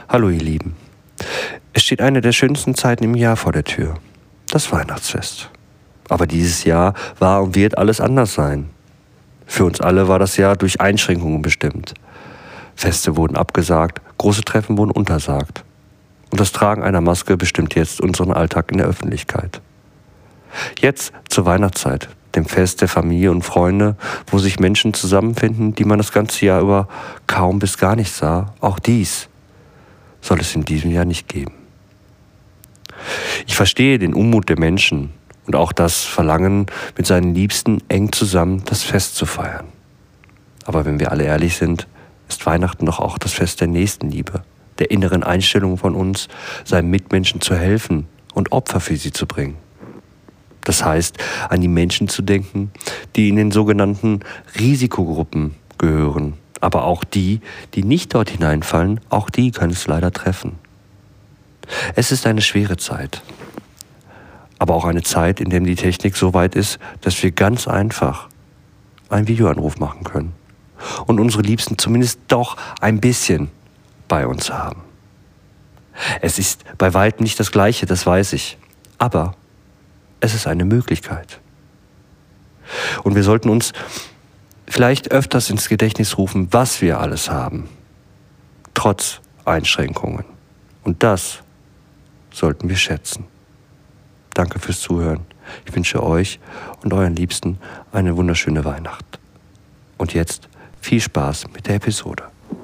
Hallo ihr Lieben. Es steht eine der schönsten Zeiten im Jahr vor der Tür. Das Weihnachtsfest. Aber dieses Jahr war und wird alles anders sein. Für uns alle war das Jahr durch Einschränkungen bestimmt. Feste wurden abgesagt, große Treffen wurden untersagt. Und das Tragen einer Maske bestimmt jetzt unseren Alltag in der Öffentlichkeit. Jetzt zur Weihnachtszeit, dem Fest der Familie und Freunde, wo sich Menschen zusammenfinden, die man das ganze Jahr über kaum bis gar nicht sah, auch dies soll es in diesem Jahr nicht geben. Ich verstehe den Unmut der Menschen und auch das Verlangen, mit seinen Liebsten eng zusammen das Fest zu feiern. Aber wenn wir alle ehrlich sind, ist Weihnachten doch auch das Fest der Nächstenliebe, der inneren Einstellung von uns, seinen Mitmenschen zu helfen und Opfer für sie zu bringen. Das heißt, an die Menschen zu denken, die in den sogenannten Risikogruppen gehören. Aber auch die, die nicht dort hineinfallen, auch die können es leider treffen. Es ist eine schwere Zeit. Aber auch eine Zeit, in der die Technik so weit ist, dass wir ganz einfach einen Videoanruf machen können. Und unsere Liebsten zumindest doch ein bisschen bei uns haben. Es ist bei weitem nicht das Gleiche, das weiß ich. Aber es ist eine Möglichkeit. Und wir sollten uns vielleicht öfters ins Gedächtnis rufen, was wir alles haben. Trotz Einschränkungen. Und das sollten wir schätzen. Danke fürs Zuhören. Ich wünsche euch und euren Liebsten eine wunderschöne Weihnacht. Und jetzt viel Spaß mit der Episode.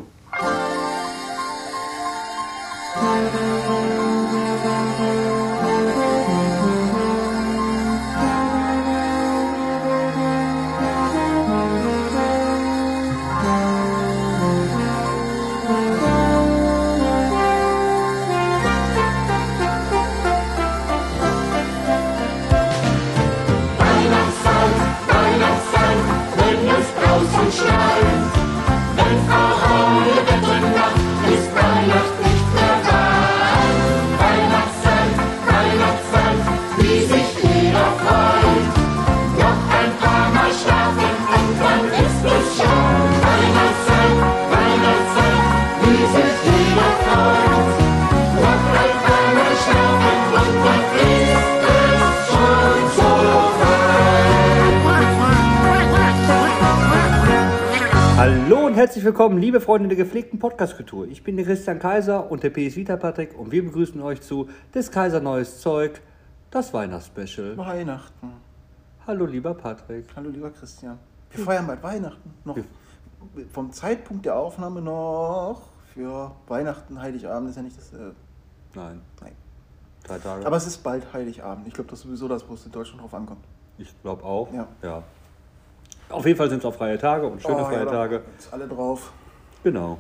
Hallo und herzlich willkommen, liebe Freunde der gepflegten Podcast-Kultur. Ich bin der Christian Kaiser und der PS Vita Patrick und wir begrüßen euch zu Des Kaiser Neues Zeug, das Weihnachtsspecial. Weihnachten. Hallo lieber Patrick. Hallo lieber Christian. Wir feiern bald Weihnachten. Noch vom Zeitpunkt der Aufnahme noch für Weihnachten, Heiligabend ist ja nicht das... Nein. 3 Tage. Aber es ist bald Heiligabend. Ich glaube, das ist sowieso das, wo es in Deutschland drauf ankommt. Ich glaube auch. Ja. Auf jeden Fall sind es auch freie Tage und schöne freie Tage. Jetzt alle drauf. Genau.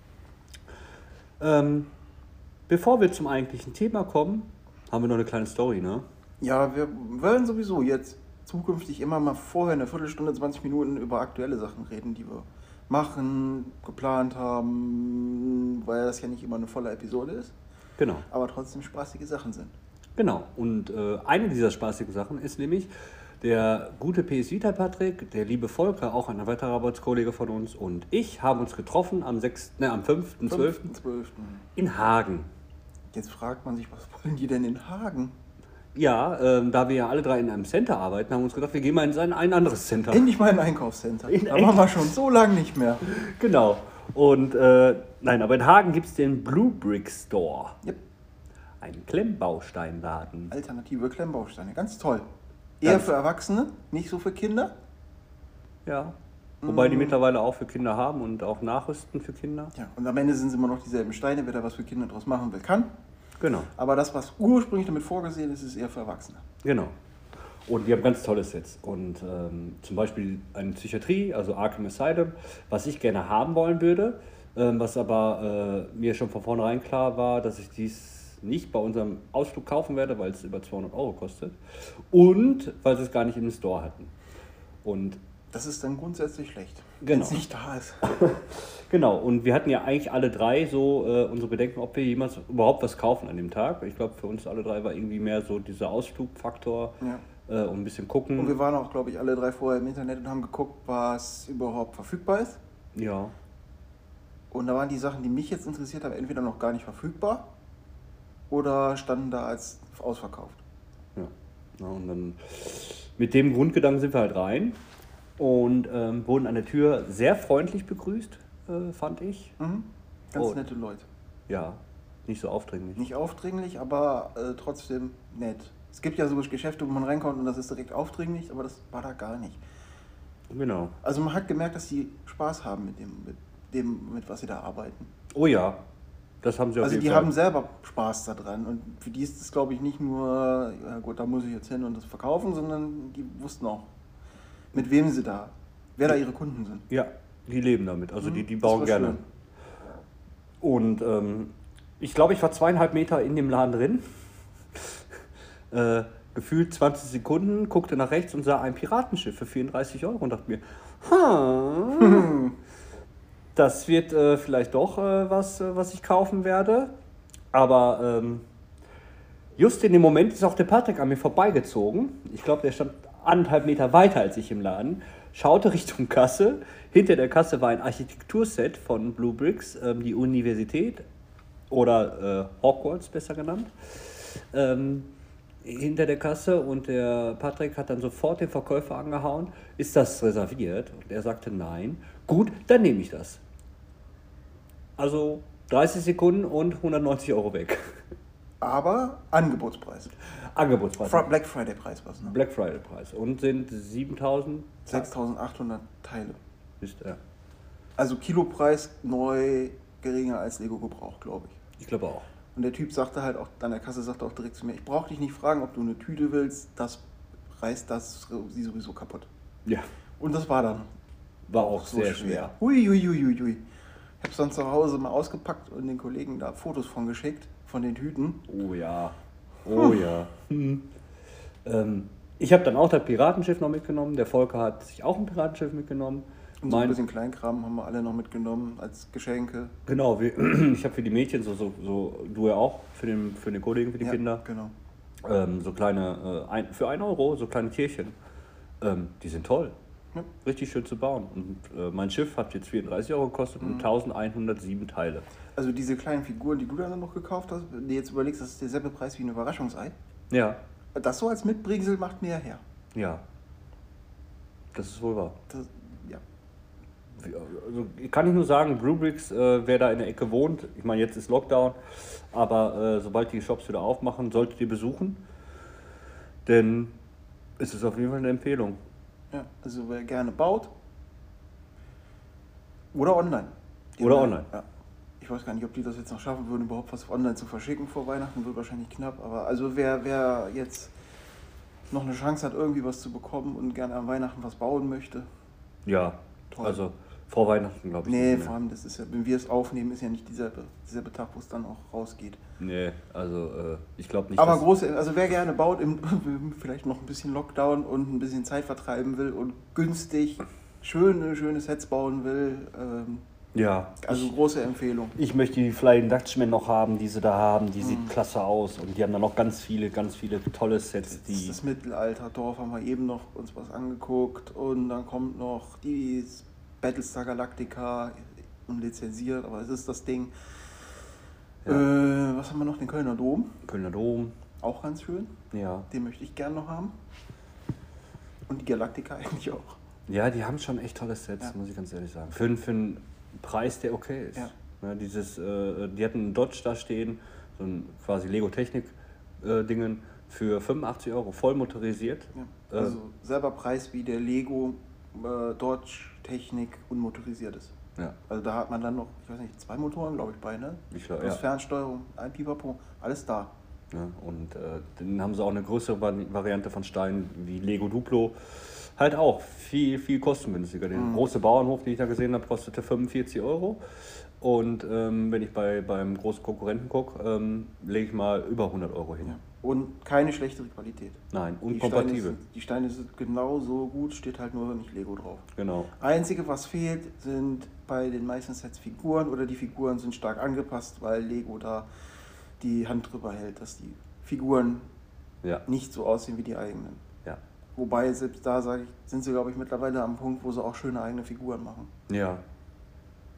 Bevor wir zum eigentlichen Thema kommen, haben wir noch eine kleine Story, ne? Ja, wir wollen sowieso jetzt zukünftig immer mal vorher eine Viertelstunde, 20 Minuten über aktuelle Sachen reden, die wir machen, geplant haben, weil das ja nicht immer eine volle Episode ist. Genau. Aber trotzdem spaßige Sachen sind. Genau. Und eine dieser spaßigen Sachen ist nämlich der gute PS Vita Patrick, der liebe Volker, auch ein weiterer Arbeitskollege von uns, und ich haben uns getroffen am 5.12. in Hagen. Jetzt fragt man sich, was wollen die denn in Hagen? Ja, da wir ja alle drei in einem Center arbeiten, haben wir uns gedacht, wir gehen mal in ein anderes Center. Endlich mal ein Einkaufscenter. Da waren wir schon so lange nicht mehr. Genau. Und aber in Hagen gibt es den Blue Brick Store. Yep. Ein Klemmbausteinladen. Alternative Klemmbausteine, ganz toll. Eher für Erwachsene, nicht so für Kinder. Ja, wobei die mittlerweile auch für Kinder haben und auch nachrüsten für Kinder. Ja, und am Ende sind es immer noch dieselben Steine, wer da was für Kinder draus machen will, kann. Genau. Aber das, was ursprünglich damit vorgesehen ist, ist eher für Erwachsene. Genau. Und die haben ganz tolle Sets. Und zum Beispiel eine Psychiatrie, also Arkham Asylum, was ich gerne haben wollen würde, was aber mir schon von vornherein klar war, dass ich dies nicht bei unserem Ausflug kaufen werde, weil es über 200 € kostet und weil sie es gar nicht im Store hatten. Und das ist dann grundsätzlich schlecht, wenn es nicht da ist. Genau, und wir hatten ja eigentlich alle drei so unsere Bedenken, ob wir jemals überhaupt was kaufen an dem Tag. Ich glaube, für uns alle drei war irgendwie mehr so dieser Ausflugfaktor und ein bisschen gucken. Und wir waren auch, glaube ich, alle drei vorher im Internet und haben geguckt, was überhaupt verfügbar ist. Ja. Und da waren die Sachen, die mich jetzt interessiert haben, entweder noch gar nicht verfügbar oder standen da als ausverkauft. Ja. Ja, und dann mit dem Grundgedanken sind wir halt rein und wurden an der Tür sehr freundlich begrüßt, fand ich. Ganz Oh. nette Leute. Ja, nicht so aufdringlich. Nicht aufdringlich, aber trotzdem nett. Es gibt ja so Geschäfte, wo man reinkommt und das ist direkt aufdringlich, aber das war da gar nicht. Genau. Also man hat gemerkt, dass die Spaß haben mit was sie da arbeiten. Oh ja, das haben sie auf Also jeden die Fall. haben selber Spaß daran und für die ist es, glaube ich, nicht nur, ja gut, da muss ich jetzt hin und das verkaufen, sondern die wussten auch, mit wem sie da, wer da ihre Kunden sind. Ja, die leben damit. Also die Das bauen war gerne. schön. Und ich glaube, ich war 2,5 Meter in dem Laden drin. Gefühlt 20 Sekunden, guckte nach rechts und sah ein Piratenschiff für 34 Euro und dachte mir, das wird vielleicht doch was ich kaufen werde. Aber just in dem Moment ist auch der Patrick an mir vorbeigezogen. Ich glaube, der stand 1,5 Meter weiter als ich im Laden, schaute Richtung Kasse. Hinter der Kasse war ein Architekturset von Blue Bricks, die Universität oder Hogwarts besser genannt. Hinter der Kasse und der Patrick hat dann sofort den Verkäufer angehauen. Ist das reserviert? Und er sagte nein. Gut, dann nehme ich das. Also 30 Sekunden und 190 Euro weg. Aber Angebotspreis. Angebotspreis. Black Friday Preis was, ne? Black Friday Preis. Und sind 7.000. 6.800 Teile. Ist er. Also Kilopreis neu geringer als Lego Gebrauch, glaube ich. Ich glaube auch. Und der Typ sagte halt auch, an der Kasse sagte auch direkt zu mir, ich brauche dich nicht fragen, ob du eine Tüte willst, das reißt das sie sowieso kaputt. Ja. Und das war dann War auch so sehr schwer. Hui. Ich habe es dann zu Hause mal ausgepackt und den Kollegen da Fotos von geschickt, von den Tüten. Oh ja. Oh ja. Ich habe dann auch das Piratenschiff noch mitgenommen. Der Volker hat sich auch ein Piratenschiff mitgenommen. Und so ein bisschen Kleinkram haben wir alle noch mitgenommen als Geschenke. Genau, ich habe für die Mädchen, so du ja auch, für den Kollegen, für die Kinder, Genau. so kleine, für 1 Euro, so kleine Tierchen. Die sind toll. Ja. Richtig schön zu bauen. Und mein Schiff hat jetzt 34 Euro gekostet und 1107 Teile. Also diese kleinen Figuren, die du dann noch gekauft hast, wenn du jetzt überlegst, das ist derselbe Preis wie ein Überraschungsei. Ja, Das so als Mitbringsel macht mehr her. ja. Das ist wohl wahr. Das, ja. Also, kann ich nur sagen, Blue Bricks, wer da in der Ecke wohnt, ich meine, jetzt ist Lockdown, aber sobald die Shops wieder aufmachen, solltet ihr besuchen, denn es ist auf jeden Fall eine Empfehlung. Ja, also wer gerne baut oder online. Oder online. Ja. Ich weiß gar nicht, ob die das jetzt noch schaffen würden, überhaupt was online zu verschicken vor Weihnachten, wird wahrscheinlich knapp, aber also wer jetzt noch eine Chance hat, irgendwie was zu bekommen und gerne an Weihnachten was bauen möchte. Ja, Toll. also vor Weihnachten, glaube ich. Nee, nicht mehr. vor allem, das ist ja, wenn wir es aufnehmen, ist ja nicht dieselbe Tag, wo es dann auch rausgeht. Nee, also ich glaube nicht. Aber dass- also wer gerne baut, vielleicht noch ein bisschen Lockdown und ein bisschen Zeit vertreiben will und günstig schöne Sets bauen will, Ja, also große Empfehlung. ich möchte die Flying Dutchmen noch haben, die sie da haben. Die sieht klasse aus und die haben da noch ganz viele tolle Sets, Das ist die. das Mittelalterdorf, haben wir eben noch uns was angeguckt und dann kommt noch die Battlestar Galactica unlizenziert, aber es ist das Ding. Was haben wir noch? Den Kölner Dom, Kölner Dom, auch ganz schön. ja. Den möchte ich gern noch haben. Und die Galactica eigentlich auch. Ja, die haben schon echt tolle Sets, Ja. muss ich ganz ehrlich sagen. Für einen Preis, der okay ist. Ja. Ne, die hatten einen Dodge da stehen, so ein quasi Lego-Technik-Dingen für 85 Euro, voll motorisiert. Ja. Also selber Preis wie der Lego Dodge Technik unmotorisiert ist. Ja, Also da hat man dann noch, ich weiß nicht, 2 Motoren, glaube ich, bei, ne? ich glaube, Plus ja. Fernsteuerung, ein Pipapo, alles da. Ne, und dann haben sie auch eine größere Variante von Steinen wie Lego Duplo. Halt auch viel kostengünstiger. Der große Bauernhof, den ich da gesehen habe, kostete 45 Euro. Und wenn ich beim großen Konkurrenten gucke, lege ich mal über 100 Euro hin. Ja. Und keine schlechtere Qualität. Nein, Die unkompatibel. Die Steine sind genauso gut, steht halt nur nicht Lego drauf. Genau. Einzige, was fehlt, sind bei den meisten Sets Figuren oder die Figuren sind stark angepasst, weil Lego da die Hand drüber hält, dass die Figuren Ja, nicht so aussehen wie die eigenen. ja. Wobei, selbst da, sage ich, sind sie, glaube ich, mittlerweile am Punkt, wo sie auch schöne eigene Figuren machen. Ja.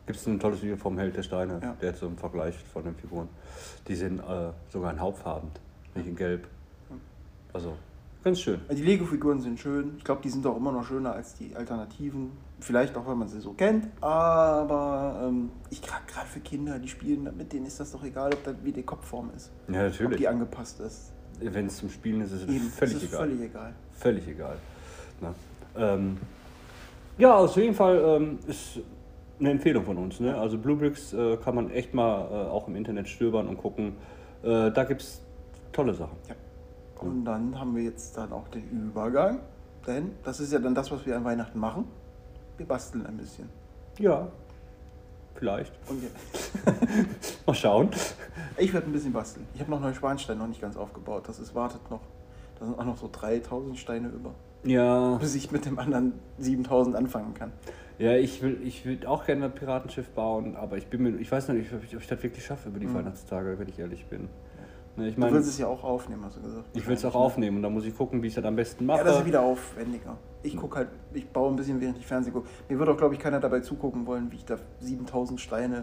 Gibt es ein tolles Video vom Held der Steine, Ja. der hat so einen Vergleich von den Figuren. Die sind sogar in hauptfarben, nicht in gelb. Also, ganz schön. Die Lego-Figuren sind schön. Ich glaube, die sind auch immer noch schöner als die Alternativen. Vielleicht auch, weil man sie so kennt. Aber ich gerade für Kinder, die spielen, mit denen ist das doch egal, ob das wie die Kopfform ist. Ja, Ob natürlich. die angepasst ist. Wenn es zum Spielen ist, ist es Eben, völlig es ist egal. völlig egal. Völlig egal. Na, ja, auf jeden Fall ist eine Empfehlung von uns. Ne? Also Bluebricks kann man echt mal auch im Internet stöbern und gucken. Da gibt es tolle Sachen. Ja. Und dann haben wir jetzt dann auch den Übergang. Denn das ist ja dann das, was wir an Weihnachten machen. Wir basteln ein bisschen. Ja, vielleicht. Und ja, Mal schauen. ich werde ein bisschen basteln. Ich habe noch Neuschwanstein noch nicht ganz aufgebaut. Wartet noch. Da sind auch noch so 3000 Steine über. Ja, Bis ich mit dem anderen 7000 anfangen kann. ja, ich will auch gerne ein Piratenschiff bauen, aber ich weiß noch nicht, ob ich das wirklich schaffe über die Weihnachtstage, wenn ich ehrlich bin. Ne, ich Du meine, willst es ja auch aufnehmen, hast du gesagt. ich will es auch aufnehmen und dann muss ich gucken, wie ich das am besten mache. Ja, das ist wieder aufwendiger. Ich baue ein bisschen, während ich Fernsehen gucke. Mir wird auch, glaube ich, keiner dabei zugucken wollen, wie ich da 7000 Steine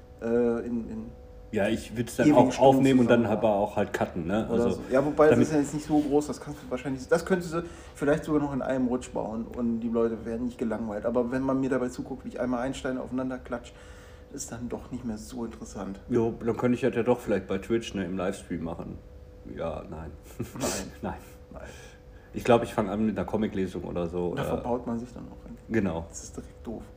in Ja, ich würde es dann ewigen auch Stunden aufnehmen und dann zusammen aber auch halt cutten, ne? oder Also, so. Ja, wobei das damit- ist ja jetzt nicht so groß, das könntest du vielleicht sogar noch in einem Rutsch bauen und die Leute werden nicht gelangweilt. Aber wenn man mir dabei zuguckt, wie ich einmal Steine aufeinander klatsche, ist dann doch nicht mehr so interessant. Jo, dann könnte ich das ja doch vielleicht bei Twitch, ne, im Livestream machen. Ja, nein. Nein. Nein. Nein. Ich glaube, ich fange an mit einer Comiclesung oder so. Da Oder, verbaut man sich dann auch. genau. Das ist direkt doof.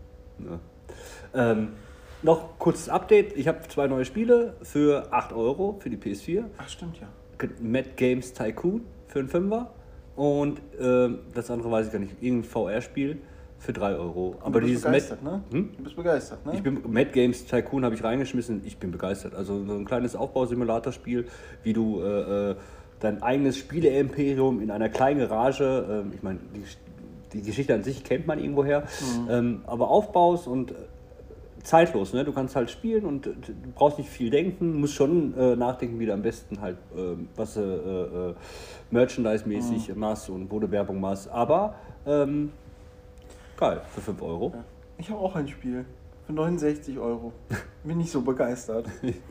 Ne? Noch kurzes Update. Ich habe 2 neue Spiele für 8 Euro für die PS4. Ach, stimmt ja. Mad Games Tycoon für einen 5er. Und das andere weiß ich gar nicht. Irgendein VR-Spiel für 3 Euro. Und Aber du bist dieses begeistert, ne? Hm? Du bist begeistert, ne? Mad Games Tycoon habe ich reingeschmissen. Ich bin begeistert. Also so ein kleines Aufbausimulatorspiel, wie du dein eigenes Spiele-Imperium in einer kleinen Garage, ich meine, die Geschichte an sich kennt man irgendwoher, aber aufbaust und zeitlos. Ne? Du kannst halt spielen und du brauchst nicht viel denken, musst schon nachdenken, wie du am besten halt was Merchandise-mäßig machst und wo du Werbung machst. Aber geil, für 5 Euro. Ja. Ich habe auch ein Spiel für 69 Euro. Bin nicht so begeistert.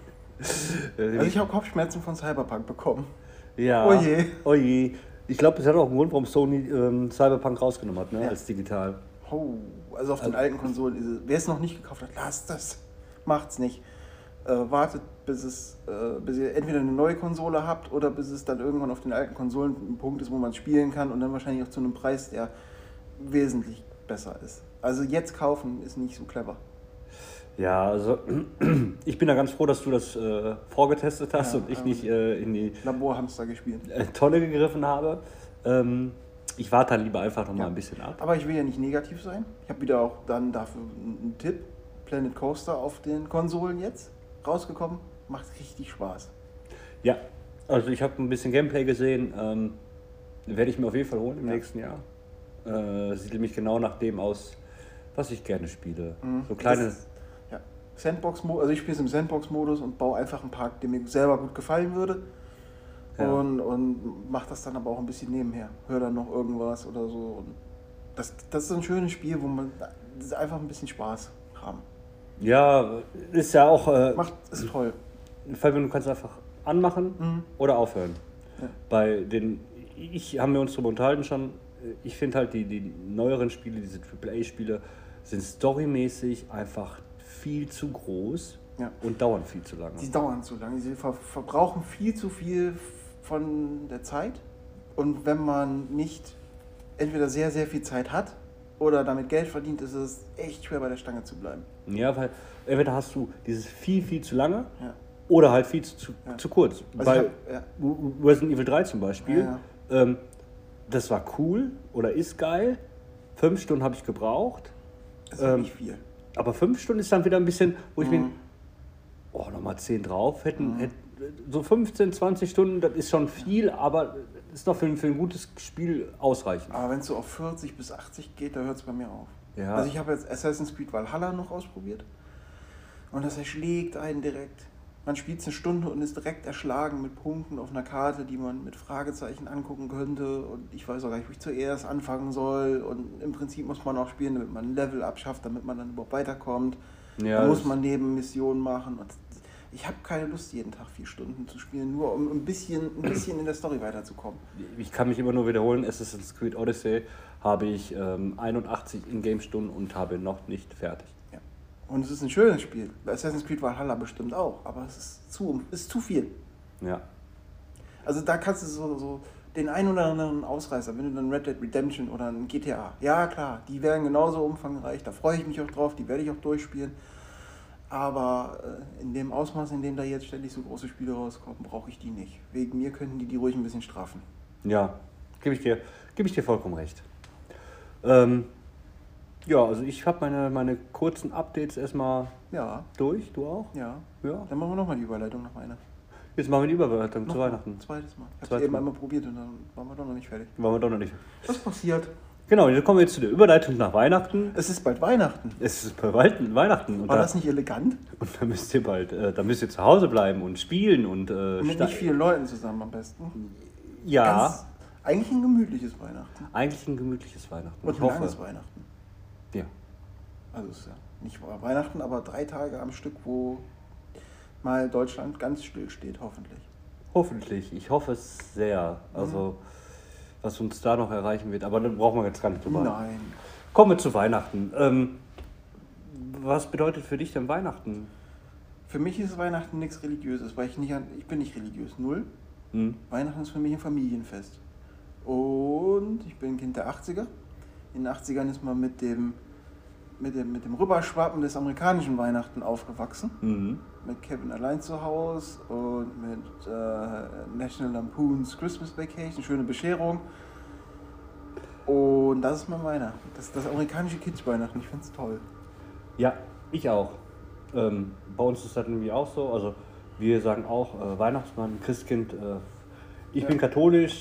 Also ich habe Kopfschmerzen von Cyberpunk bekommen. Ja. Oh je. Oh je. Ich glaube, das hat auch einen Grund, warum Sony Cyberpunk rausgenommen hat, ne? Ja. Als digital. Oh, also auf den alten Konsolen ist es. Wer es noch nicht gekauft hat, lasst das. Macht's nicht. Wartet, bis ihr entweder eine neue Konsole habt oder bis es dann irgendwann auf den alten Konsolen ein Punkt ist, wo man spielen kann und dann wahrscheinlich auch zu einem Preis, der wesentlich besser ist. Also jetzt kaufen ist nicht so clever. Ja, also ich bin da ganz froh, dass du das vorgetestet hast Ja, und ich nicht in die Laborhamster gespielt. Tonne gegriffen habe. Ich warte dann lieber einfach noch mal ein bisschen ab. Aber ich will ja nicht negativ sein. Ich habe wieder auch dann dafür einen Tipp. Planet Coaster auf den Konsolen jetzt rausgekommen. Macht richtig Spaß. Ja, also ich habe ein bisschen Gameplay gesehen. Werde ich mir auf jeden Fall holen im Ja. nächsten Jahr. Sieht nämlich genau nach dem aus, was ich gerne spiele. So Das kleine... ist- ja. Sandbox-Modus, also ich spiele es im Sandbox-Modus und baue einfach einen Park, der mir selber gut gefallen würde. Ja. Und mache das dann aber auch ein bisschen nebenher. Hör dann noch irgendwas oder so. Und das ist ein schönes Spiel, wo man einfach ein bisschen Spaß haben. Ja, ist ja auch... Ist toll. Du kannst einfach anmachen oder aufhören. Ja. Haben wir uns darüber unterhalten schon, ich finde halt die neueren Spiele, diese AAA-Spiele, sind storymäßig einfach viel zu groß Ja. und dauern viel zu lange. Die dauern zu lange. Sie verbrauchen viel zu viel von der Zeit. Und wenn man nicht entweder sehr, sehr viel Zeit hat oder damit Geld verdient, ist es echt schwer, bei der Stange zu bleiben. Ja, weil entweder hast du dieses viel zu lange Ja. oder halt viel zu kurz. Also Bei ja. Resident Evil 3 zum Beispiel, Ja. das war cool oder ist geil. 5 Stunden habe ich gebraucht. Das ist nicht viel. Aber 5 Stunden ist dann wieder ein bisschen, wo ich bin, nochmal 10 drauf. So 15, 20 Stunden, das ist schon viel, aber ist doch für ein gutes Spiel ausreichend. Aber wenn es so auf 40 bis 80 geht, da hört es bei mir auf. Ja. Also ich habe jetzt Assassin's Creed Valhalla noch ausprobiert und das erschlägt einen direkt. Man spielt es eine Stunde und ist direkt erschlagen mit Punkten auf einer Karte, die man mit Fragezeichen angucken könnte und ich weiß auch gar nicht, wo ich zuerst anfangen soll und im Prinzip muss man auch spielen, damit man ein Level abschafft, damit man dann überhaupt weiterkommt. Ja, da muss das- man Nebenmissionen machen. Und ich habe keine Lust, jeden Tag 4 Stunden zu spielen, nur um ein bisschen in der Story weiterzukommen. Ich kann mich immer nur wiederholen, Assassin's Creed Odyssey habe ich 81 Ingame-Stunden und habe noch nicht fertig. Ja. Und es ist ein schönes Spiel. Assassin's Creed Valhalla bestimmt auch, aber es ist zu viel. Ja. Also da kannst du so den einen oder anderen Ausreißer, wenn du dann Red Dead Redemption oder ein GTA, ja klar, die wären genauso umfangreich, da freue ich mich auch drauf, die werde ich auch durchspielen. Aber in dem Ausmaß, in dem da jetzt ständig so große Spiele rauskommen, brauche ich die nicht. Wegen mir könnten die ruhig ein bisschen straffen. Ja, gebe ich dir vollkommen recht. Ja, also ich habe meine kurzen Updates erstmal Ja, durch, du auch? ja. Ja. Dann machen wir nochmal die Überleitung nach einer. Jetzt machen wir die Überleitung zu Weihnachten. Zweites Mal. Ich habe Zweites eben Mal. einmal probiert und dann waren wir doch noch nicht fertig. Waren wir doch noch nicht. Was passiert? Genau, dann kommen wir jetzt zu der Überleitung nach Weihnachten. Es ist bald Weihnachten. Es ist bei Weihnachten und War das nicht elegant? da müsst ihr da müsst ihr zu Hause bleiben und spielen und Mit nicht vielen Leuten zusammen am besten. ja, Ganz, eigentlich ein gemütliches Weihnachten. eigentlich ein gemütliches Weihnachten. Und Ich ein langes hoffe. Weihnachten. Ja. Also es ist ja nicht Weihnachten, aber 3 Tage am Stück, wo mal Deutschland ganz still steht, hoffentlich. Hoffentlich. Ich hoffe es sehr. Also was uns da noch erreichen wird, aber dann brauchen wir jetzt gar nicht drüber. Nein. Kommen wir zu Weihnachten. Was bedeutet für dich denn Weihnachten? Für mich ist Weihnachten nichts Religiöses, weil ich bin nicht religiös, null. Hm? Weihnachten ist für mich ein Familienfest. Und ich bin ein Kind der 80er. In den 80ern ist man mit dem Rüberschwappen des amerikanischen Weihnachten aufgewachsen. Mhm. Mit Kevin allein zu Hause und mit National Lampoon's Christmas Vacation, schöne Bescherung. Und das ist mein Weihnachten. Das amerikanische Kids-Weihnachten, ich finde es toll. Ja, ich auch. Bei uns ist das irgendwie auch so. Also wir sagen auch Weihnachtsmann, Christkind. Ich bin katholisch,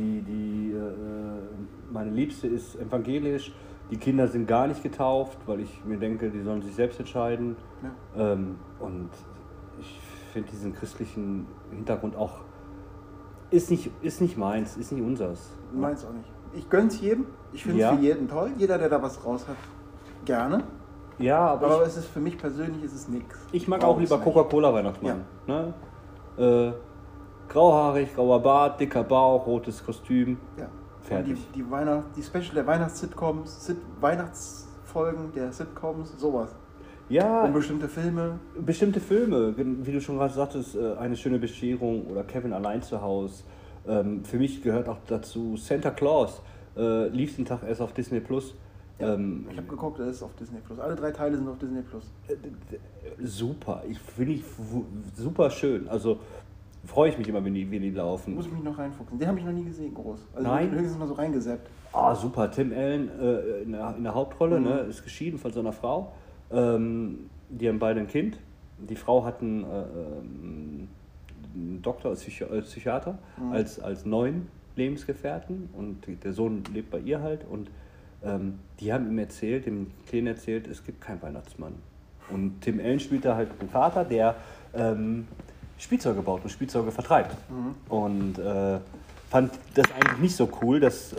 meine Liebste ist evangelisch. Die Kinder sind gar nicht getauft, weil ich mir denke, die sollen sich selbst entscheiden. Ja. Und ich finde diesen christlichen Hintergrund auch, ist nicht meins, ist nicht unseres. Meins auch nicht. Ich gönn's jedem. Ich finde es Ja. für jeden toll. Jeder, der da was raus hat, gerne. Ja, aber Aber es ist für mich persönlich ist es nichts. ich mag auch lieber Coca-Cola Weihnachtsmann. Ne? Grauhaarig, grauer Bart, dicker Bauch, rotes Kostüm. Ja. Fertig. Und die Special der Weihnachts-Sitcoms, Weihnachtsfolgen der Sitcoms, sowas. Ja, Und bestimmte Filme. bestimmte Filme, wie du schon gerade sagtest, Eine schöne Bescherung oder Kevin allein zu Hause. Für mich gehört auch dazu Santa Claus. Lief den Tag erst auf Disney Plus. Ich habe geguckt, er ist auf Disney Plus. Alle 3 Teile sind auf Disney Plus. Super, finde ich super schön. Also freue ich mich immer, wenn die laufen. Muss ich mich noch reinfuchsen. Den habe ich noch nie gesehen, groß. Also Nein? höchstens mal so reingesappt. Ah, super. Tim Allen in der Hauptrolle, ne, ist geschieden von seiner Frau. Die haben beide ein Kind. Die Frau hat einen Doktor als Psychiater, als neuen Lebensgefährten. Und der Sohn lebt bei ihr halt. Und die haben ihm erzählt, dem Kleinen erzählt, es gibt keinen Weihnachtsmann. Und Tim Allen spielt da halt einen Vater, der Spielzeuge baut und Spielzeuge vertreibt. Und fand das eigentlich nicht so cool, dass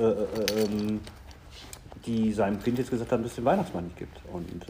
die seinem Kind jetzt gesagt haben, dass es den Weihnachtsmann nicht gibt. Und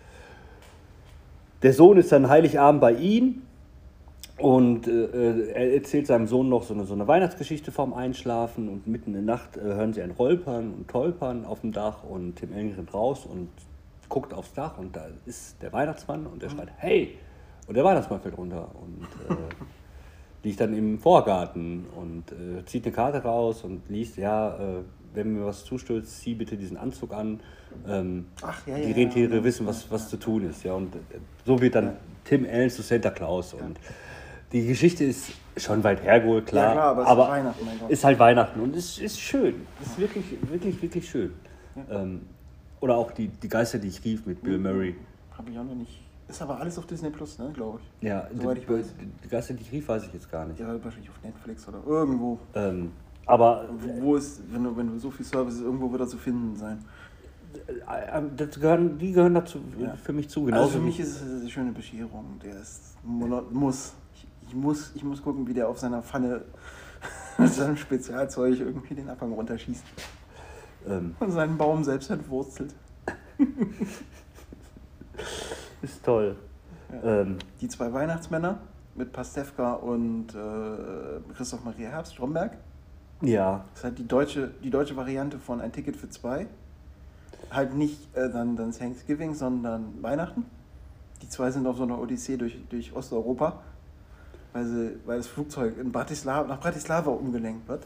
der Sohn ist dann Heiligabend bei ihm und er erzählt seinem Sohn noch so eine Weihnachtsgeschichte vorm Einschlafen und mitten in der Nacht hören sie ein Rolpern und Tolpern auf dem Dach und Tim Allen rennt raus und guckt aufs Dach und da ist der Weihnachtsmann und der schreit, hey! Und der Weihnachtsmann fällt runter und liegt dann im Vorgarten und zieht eine Karte raus und liest, wenn mir was zustößt, zieh bitte diesen Anzug an. Die Rentiere wissen, was zu tun ist. Ja, und so wird dann Tim Allen zu Santa Claus. Und die Geschichte ist schon weit hergeholt, klar. Ja, klar, aber es ist Weihnachten, mein Gott. Ist halt Weihnachten und es ist schön. Es ist wirklich, wirklich, wirklich schön. Oder auch die Geister, die ich rief mit Bill Murray. Habe ich auch noch nicht. Ist aber alles auf Disney Plus, ne, glaube ich. Ja, Soweit ich weiß. die Geister, die ich rief, weiß ich jetzt gar nicht. Ja, wahrscheinlich auf Netflix oder irgendwo. Aber Wo ist, wenn du so viel Services, irgendwo wird er zu finden sein. die gehören dazu für mich zu. Genauso Also für wie- mich ist es eine schöne Bescherung. Der ist muss. Ich muss gucken, wie der auf seiner Pfanne mit seinem Spezialzeug irgendwie den Abhang runterschießt. Und seinen Baum selbst entwurzelt. Ist toll. Ja. Die zwei Weihnachtsmänner mit Pastewka und Christoph Maria Herbst, Stromberg. Ja. Das ist halt die deutsche Variante von Ein Ticket für zwei. Halt nicht dann Thanksgiving, sondern Weihnachten. Die zwei sind auf so einer Odyssee durch Osteuropa, weil das Flugzeug nach Bratislava umgelenkt wird.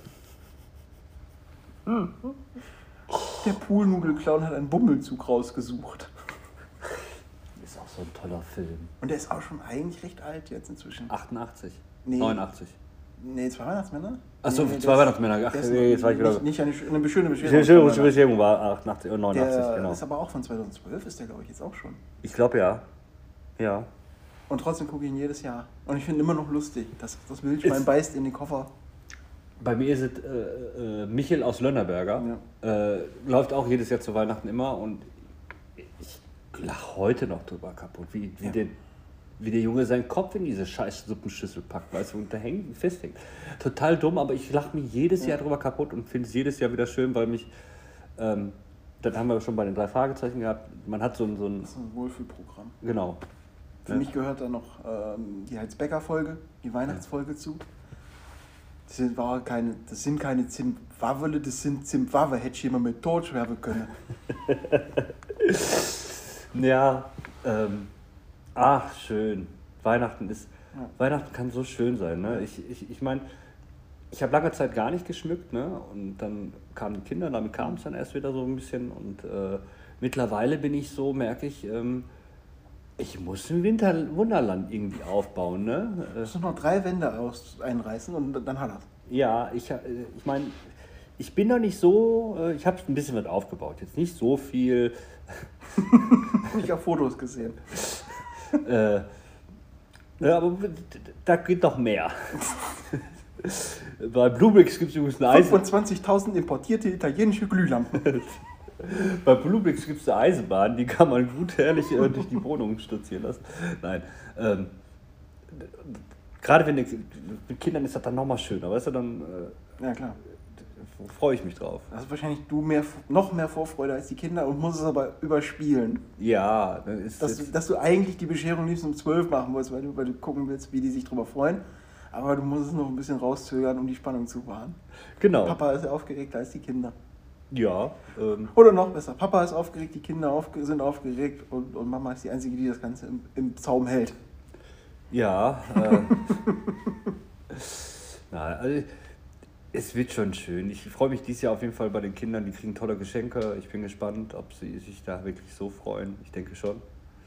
Der Poolnudelclown hat einen Bummelzug rausgesucht. Ist auch so ein toller Film. Und der ist auch schon eigentlich recht alt jetzt inzwischen. 88? Nee. 89? Nee, zwei Weihnachtsmänner? Achso, Nee, zwei Weihnachtsmänner. Ach, jetzt war ich wieder... Nicht eine schöne Die Beschwörung war 88 und 89, der genau. ist aber auch von 2012, ist der glaube ich jetzt auch schon. Ich glaube ja. Ja. Und trotzdem gucke ich ihn jedes Jahr. Und ich finde ihn immer noch lustig. Das Wildschwein beißt in den Koffer. Bei mir ist es Michel aus Lönnerberger. Ja. Läuft auch jedes Jahr zu Weihnachten immer und ich lache heute noch drüber kaputt, wie der Junge seinen Kopf in diese scheiß Suppenschüssel packt, weißt du, und da festhängt. Total dumm, aber ich lache mich jedes Jahr drüber kaputt und finde es jedes Jahr wieder schön, weil mich, das haben wir schon bei den 3 Fragezeichen gehabt, man hat so ein... Das ist ein Wohlfühlprogramm. Genau. Für mich gehört da noch die Heinz-Becker-Folge, die Weihnachtsfolge zu. Das sind keine Zimbabwe, das sind Zimbabwe, hätte ich jemand mit Tod schwärmen können. Ja, schön. Weihnachten kann so schön sein, ne? Ich meine, ich habe lange Zeit gar nicht geschmückt, ne? Und dann kamen die Kinder, damit kam es dann erst wieder so ein bisschen und mittlerweile bin ich so, merke ich, ich muss ein Wunderland irgendwie aufbauen, ne? Du musst noch 3 Wände einreißen und dann hat er. Ja, ich meine, ich bin noch nicht so, ich habe ein bisschen was aufgebaut, jetzt nicht so viel. Ich habe Fotos gesehen. Ja, aber da geht noch mehr. Bei Bluebricks gibt es übrigens eine 25.000 importierte italienische Glühlampen. Bei Bluebricks gibt es eine Eisenbahn, die kann man gut herrlich durch die Wohnung stürzieren lassen. Nein. Gerade mit Kindern ist das dann nochmal schöner, weißt du, dann Ja, klar. freue ich mich drauf. Da hast wahrscheinlich du noch mehr Vorfreude als die Kinder und musst es aber überspielen. Ja, dann ist dass du eigentlich die Bescherung liebst um 12 machen willst, weil du gucken willst, wie die sich drüber freuen. Aber du musst es noch ein bisschen rauszögern, um die Spannung zu wahren. Genau. Papa ist ja aufgeregter als die Kinder. Ja. Oder noch besser, Papa ist aufgeregt, die Kinder sind aufgeregt und Mama ist die Einzige, die das Ganze im Zaum hält. Ja. Also, es wird schon schön. Ich freue mich dieses Jahr auf jeden Fall bei den Kindern. Die kriegen tolle Geschenke. Ich bin gespannt, ob sie sich da wirklich so freuen. Ich denke schon.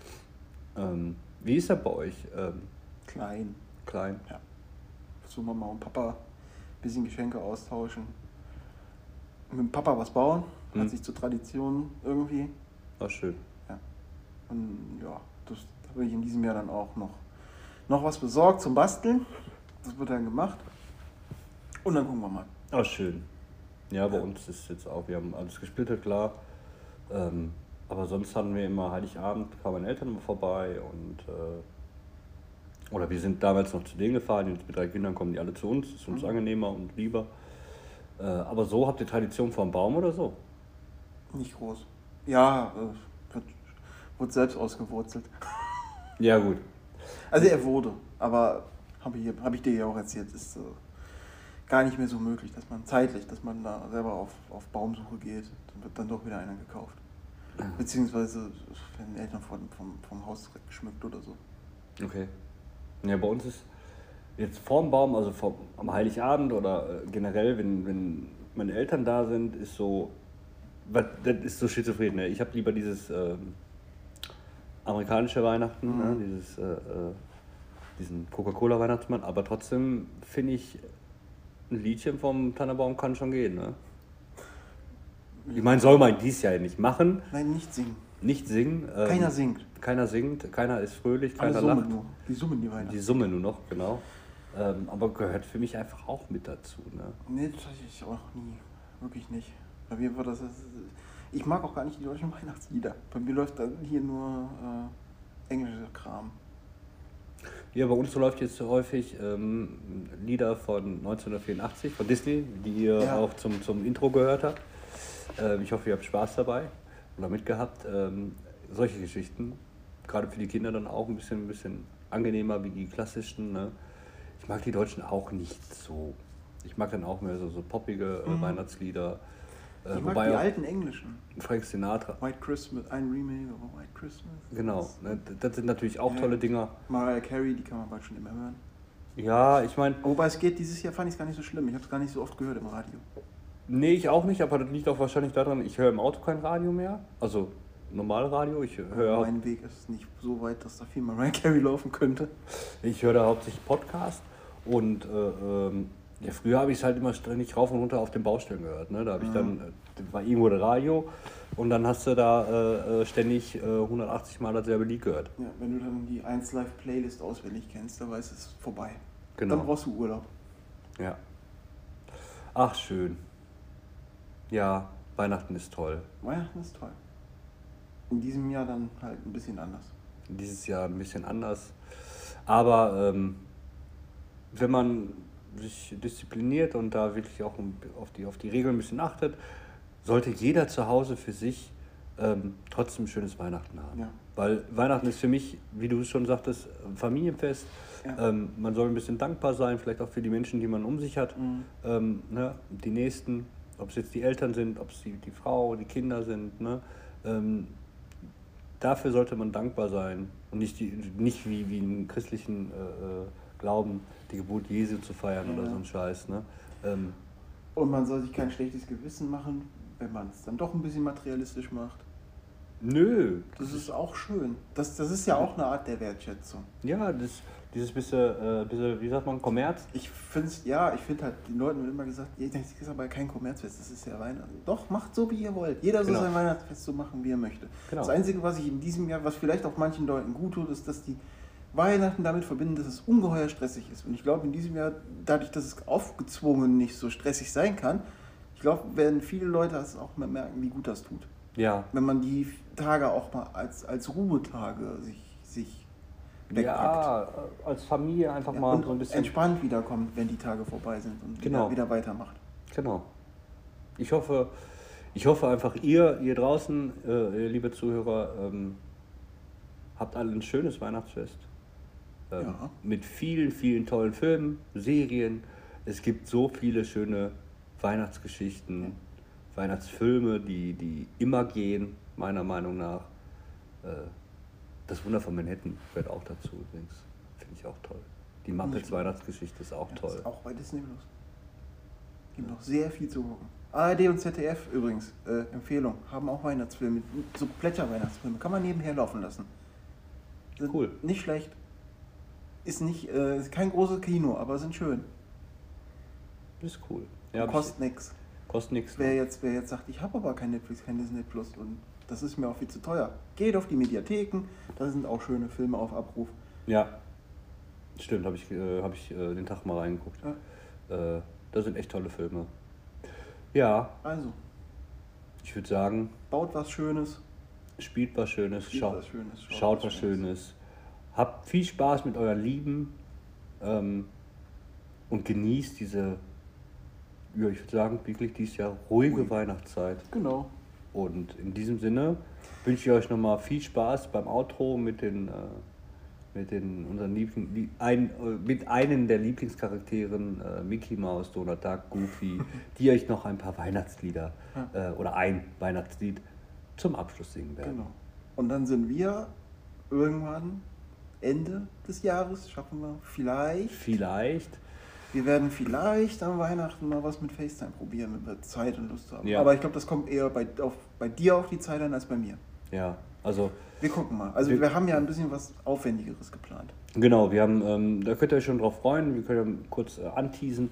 Wie ist das bei euch? Klein. Klein? Ja. So Mama und Papa ein bisschen Geschenke austauschen. Mit dem Papa was bauen. Hat sich zur Tradition irgendwie. Ach, schön. Ja. Und ja, da habe ich in diesem Jahr dann auch noch was besorgt zum Basteln. Das wird dann gemacht. Und dann gucken wir mal. Ach, schön. Ja, bei uns ist jetzt auch, wir haben alles gesplittet, klar. Aber sonst hatten wir immer Heiligabend, kamen meine Eltern immer vorbei und oder wir sind damals noch zu denen gefahren, jetzt mit 3 Kindern kommen die alle zu uns, ist uns angenehmer und lieber. Aber so habt ihr Tradition vom Baum oder so? Nicht groß. Ja, wird selbst ausgewurzelt. Ja, gut. Also er wurde, aber hab ich dir ja auch erzählt, ist gar nicht mehr so möglich, dass man da selber auf Baumsuche geht. Dann wird dann doch wieder einer gekauft. Beziehungsweise werden Eltern vom Haus direkt geschmückt oder so. Okay. Ja, bei uns ist jetzt vorm Baum, also am Heiligabend oder generell, wenn meine Eltern da sind, ist so, das ist so schizophren. Ne? Ich habe lieber dieses amerikanische Weihnachten, ne? Diesen Coca-Cola-Weihnachtsmann, aber trotzdem finde ich, ein Liedchen vom Tannenbaum kann schon gehen. Ne? Ich meine, soll man dies Jahr nicht machen. Nein, nicht singen. Nicht singen. Keiner singt. Keiner singt, keiner ist fröhlich, Alle keiner lacht. nur. Die summen die Weihnachten. Die Summe nur noch, genau. Aber gehört für mich einfach auch mit dazu. Ne? Nee, das hatte ich auch nie. Wirklich nicht. Bei mir war das. Ich mag auch gar nicht die deutschen Weihnachtslieder. Bei mir läuft dann hier nur englischer Kram. Ja, bei uns läuft jetzt häufig Lieder von 1984 von Disney, die ihr auch zum Intro gehört habt. Ich hoffe, ihr habt Spaß dabei oder mitgehabt. Solche Geschichten. gerade für die Kinder dann auch ein bisschen angenehmer wie die klassischen. Ne? Ich mag die Deutschen auch nicht so. Ich mag dann auch mehr so poppige Weihnachtslieder. Ich mag die alten englischen. Frank Sinatra. White Christmas, ein Remake über White Christmas. Genau, ne? Das sind natürlich auch tolle Dinger. Mariah Carey, die kann man bald schon immer hören. Ja, ich meine... Wobei es geht, dieses Jahr fand ich es gar nicht so schlimm. Ich habe es gar nicht so oft gehört im Radio. Nee, ich auch nicht, aber das liegt auch wahrscheinlich daran, ich höre im Auto kein Radio mehr. Also Normalradio. Ich höre... Mein Weg ist nicht so weit, dass da viel Mariah Carey laufen könnte. Ich höre da hauptsächlich Podcast und ja, früher habe ich es halt immer ständig rauf und runter auf den Baustellen gehört. Ne? Da habe ich dann, war irgendwo das Radio und dann hast du da ständig 180 Mal dasselbe Lied gehört. Ja, wenn du dann die 1 Live Playlist auswendig kennst, dann weißt du, es ist vorbei. Genau. Dann brauchst du Urlaub. Ja. Ach, schön. Ja, Weihnachten ist toll. Weihnachten ist toll. In diesem Jahr dann halt ein bisschen anders. Dieses Jahr ein bisschen anders. Aber wenn man sich diszipliniert und da wirklich auch auf die Regeln ein bisschen achtet, sollte jeder zu Hause für sich trotzdem ein schönes Weihnachten haben. Ja. Weil Weihnachten ist für mich, wie du es schon sagtest, ein Familienfest. Ja. Man soll ein bisschen dankbar sein, vielleicht auch für die Menschen, die man um sich hat. Ne? Die Nächsten, ob es jetzt die Eltern sind, ob es die Frau, die Kinder sind. Ne? Dafür sollte man dankbar sein und nicht wie im christlichen Glauben die Geburt Jesu zu feiern oder so ein Scheiß. Ne? Und man soll sich kein schlechtes Gewissen machen, wenn man es dann doch ein bisschen materialistisch macht. Nö. Das ist auch schön. Das ist ja auch eine Art der Wertschätzung. Ja, dieses bisschen, wie sagt man, Kommerz? Ich finde halt, den Leuten wird immer gesagt, das ist aber kein Kommerzfest, das ist ja Weihnachten. Doch, macht so, wie ihr wollt. Jeder soll sein Weihnachtsfest so machen, wie er möchte. Genau. Das Einzige, was ich in diesem Jahr, was vielleicht auch manchen Leuten gut tut, ist, dass die Weihnachten damit verbinden, dass es ungeheuer stressig ist. Und ich glaube, in diesem Jahr, dadurch, dass es aufgezwungen nicht so stressig sein kann, ich glaube, werden viele Leute das auch mal merken, wie gut das tut. Ja. Wenn man die Tage auch mal als Ruhetage sich wegpackt. Ja, als Familie einfach mal und so ein bisschen entspannt wiederkommt, wenn die Tage vorbei sind und wieder weitermacht. Genau. Ich hoffe einfach, ihr draußen, ihr liebe Zuhörer, habt alle ein schönes Weihnachtsfest. Mit vielen, vielen tollen Filmen, Serien. Es gibt so viele schöne Weihnachtsgeschichten, Weihnachtsfilme, die immer gehen, meiner Meinung nach. Das Wunder von Manhattan gehört auch dazu übrigens. Finde ich auch toll. Die Muppets Weihnachtsgeschichte ist auch toll. Ist auch bei Disney Plus. Gibt noch sehr viel zu gucken. ARD und ZDF übrigens, Empfehlung, haben auch Weihnachtsfilme, so Plätscher-Weihnachtsfilme. Kann man nebenher laufen lassen. Sind cool. Nicht schlecht. Ist kein großes Kino, aber sind schön. Ist cool. Ja, kostet nix. Kostet nichts. Wer jetzt sagt, ich habe aber kein Netflix, kein Disney Plus und das ist mir auch viel zu teuer. Geht auf die Mediatheken, da sind auch schöne Filme auf Abruf. Ja, stimmt, habe ich den Tag mal reingeguckt. Ja. Das sind echt tolle Filme. Ja. Also. Ich würde sagen... Baut was Schönes. Spielt was Schönes. Schaut was Schönes. Habt viel Spaß mit euren Lieben und genießt diese, ich würde sagen, wirklich dieses Jahr ruhige Weihnachtszeit. Genau. Und in diesem Sinne wünsche ich euch nochmal viel Spaß beim Outro mit einem der Lieblingscharakteren, Mickey Mouse, Donald Duck, Goofy, die euch noch ein paar Weihnachtslieder oder ein Weihnachtslied zum Abschluss singen werden. Genau. Und dann sind wir irgendwann Ende des Jahres, schaffen wir vielleicht. Wir werden vielleicht am Weihnachten mal was mit FaceTime probieren, wenn wir Zeit und Lust haben. Ja. Aber ich glaube, das kommt eher bei dir auf die Zeit an als bei mir. Ja, also... Wir gucken mal. Also wir haben ja ein bisschen was Aufwendigeres geplant. Genau, wir haben, da könnt ihr euch schon drauf freuen, wir können ja kurz anteasen,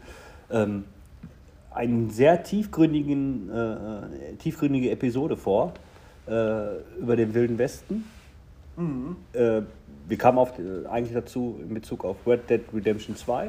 eine sehr tiefgründige Episode vor über den Wilden Westen. Mhm. Wir kamen eigentlich dazu in Bezug auf Red Dead Redemption 2.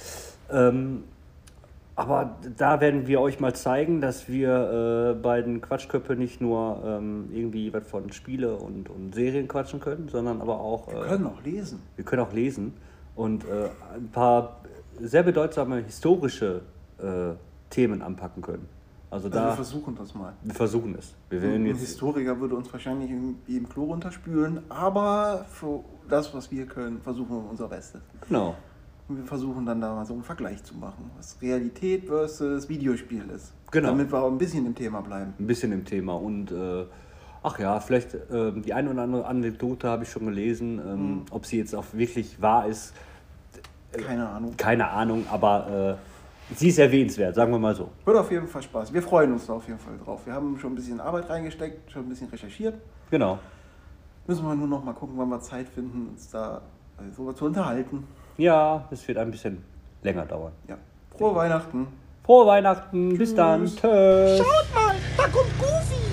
Aber da werden wir euch mal zeigen, dass wir beiden Quatschköpfe nicht nur irgendwie was von Spiele und Serien quatschen können, sondern aber auch... Wir können auch lesen. Wir können auch lesen und ein paar sehr bedeutsame historische Themen anpacken können. Also wir versuchen das mal. Wir versuchen es. Ein Historiker würde uns wahrscheinlich irgendwie im Klo runterspülen, aber für das, was wir können, versuchen wir unser Bestes. Genau. Und wir versuchen dann da mal so einen Vergleich zu machen, was Realität versus Videospiel ist. Genau. Damit wir auch ein bisschen im Thema bleiben. Ein bisschen im Thema und ach ja, vielleicht die eine oder andere Anekdote habe ich schon gelesen, ob sie jetzt auch wirklich wahr ist. Keine Ahnung. Keine Ahnung, aber sie ist erwähnenswert, sagen wir mal so. Wird auf jeden Fall Spaß. Wir freuen uns da auf jeden Fall drauf. Wir haben schon ein bisschen Arbeit reingesteckt, schon ein bisschen recherchiert. Genau. Müssen wir nur noch mal gucken, wann wir Zeit finden, uns da so zu unterhalten. Ja, es wird ein bisschen länger dauern. Ja. Frohe Weihnachten. Frohe Weihnachten, bis dann. Tschüss. Schaut mal, da kommt Goofy.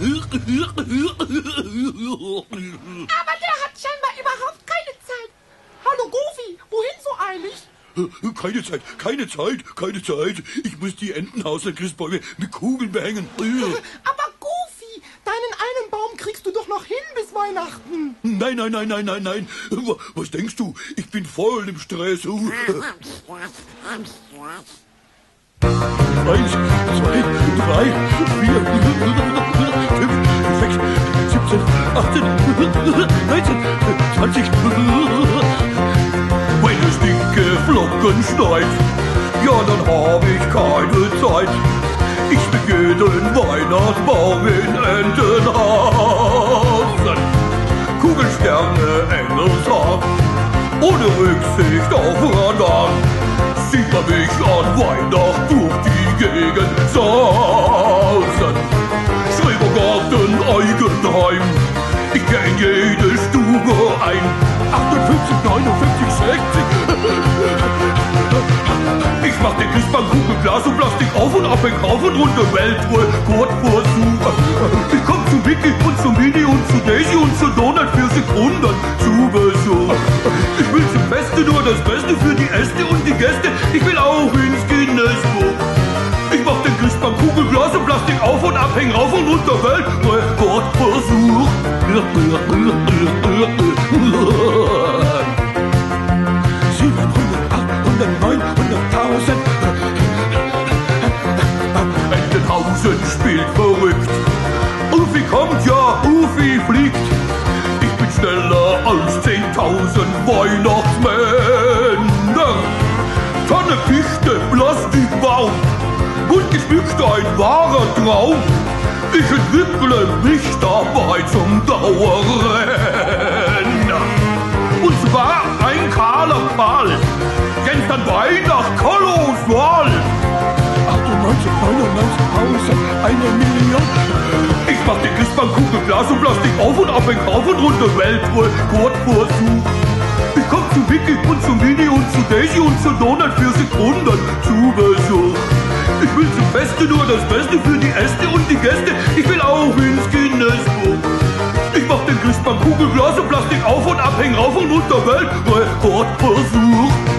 Aber der hat scheinbar überhaupt keine Zeit. Hallo Goofy, wohin so eilig? Keine Zeit, keine Zeit, keine Zeit. Ich muss die Entenhauser Christbäume mit Kugeln behängen. Aber Goofy, deinen einen Baum kriegst du doch noch hin bis Weihnachten. Nein. Was denkst du? Ich bin voll im Stress. 1, 2, 3, 4, 5, 6, 17, 18, 19, 20. Wenn es dicke Flocken schneit, ja dann hab ich keine Zeit. Ich begehe den Weihnachtsbaum in Entenhausen. Kugelsterne, Engelshaar, ohne Rücksicht auf Radar. Sieht man mich an Weihnacht durch die Gegend sausen. Schrebergarten, Eigenheim, ich geh in jede Stube ein. 58, 59, 60. Ich mach den Christbaumkuchen, Glas und Plastik auf und ab, rauf und runter, Weltrekordversuch. Ich komm zu Vicky und zu Mini und zu Daisy und zu Donald für Sekunden zu Besuch. Ich will zum Feste nur das Beste für die Äste und die Gäste. Ich will auch ins Guinness-Buch. Ich mach den Christbaumkuchen, Glas und Plastik auf und ab, rauf und runter, Weltrekordversuch. 700, 800, 900.000. Entenhausen spielt verrückt. Ufi kommt, ja, Ufi fliegt. Ich bin schneller als 10.000 Weihnachtsmänner. Tonne, Fichte, Plastikbaum, bunt geschmückt, ein wahrer Traum. Ich entwickle mich dabei zum Dauerrenner. Und zwar ein kahler Pfahl, gestern Weihnacht kolossal. 98, 99.000, 1 Million. Ich mach den Christbaumkuchen, Glas und Plastik auf und ab, rauf und runter, Weltrekordversuch. Ich komm zu Vicky und zu Mini und zu Daisy und zu Donald für Sekunden zu Besuch. Ich will zum Feste nur das Beste für die Äste und die Gäste. Ich will auch ins Guinness-Buch. Ich mach den Christbaumkuchen, Glas und Plastik auf und ab, rauf und runter, Weltrekordversuch.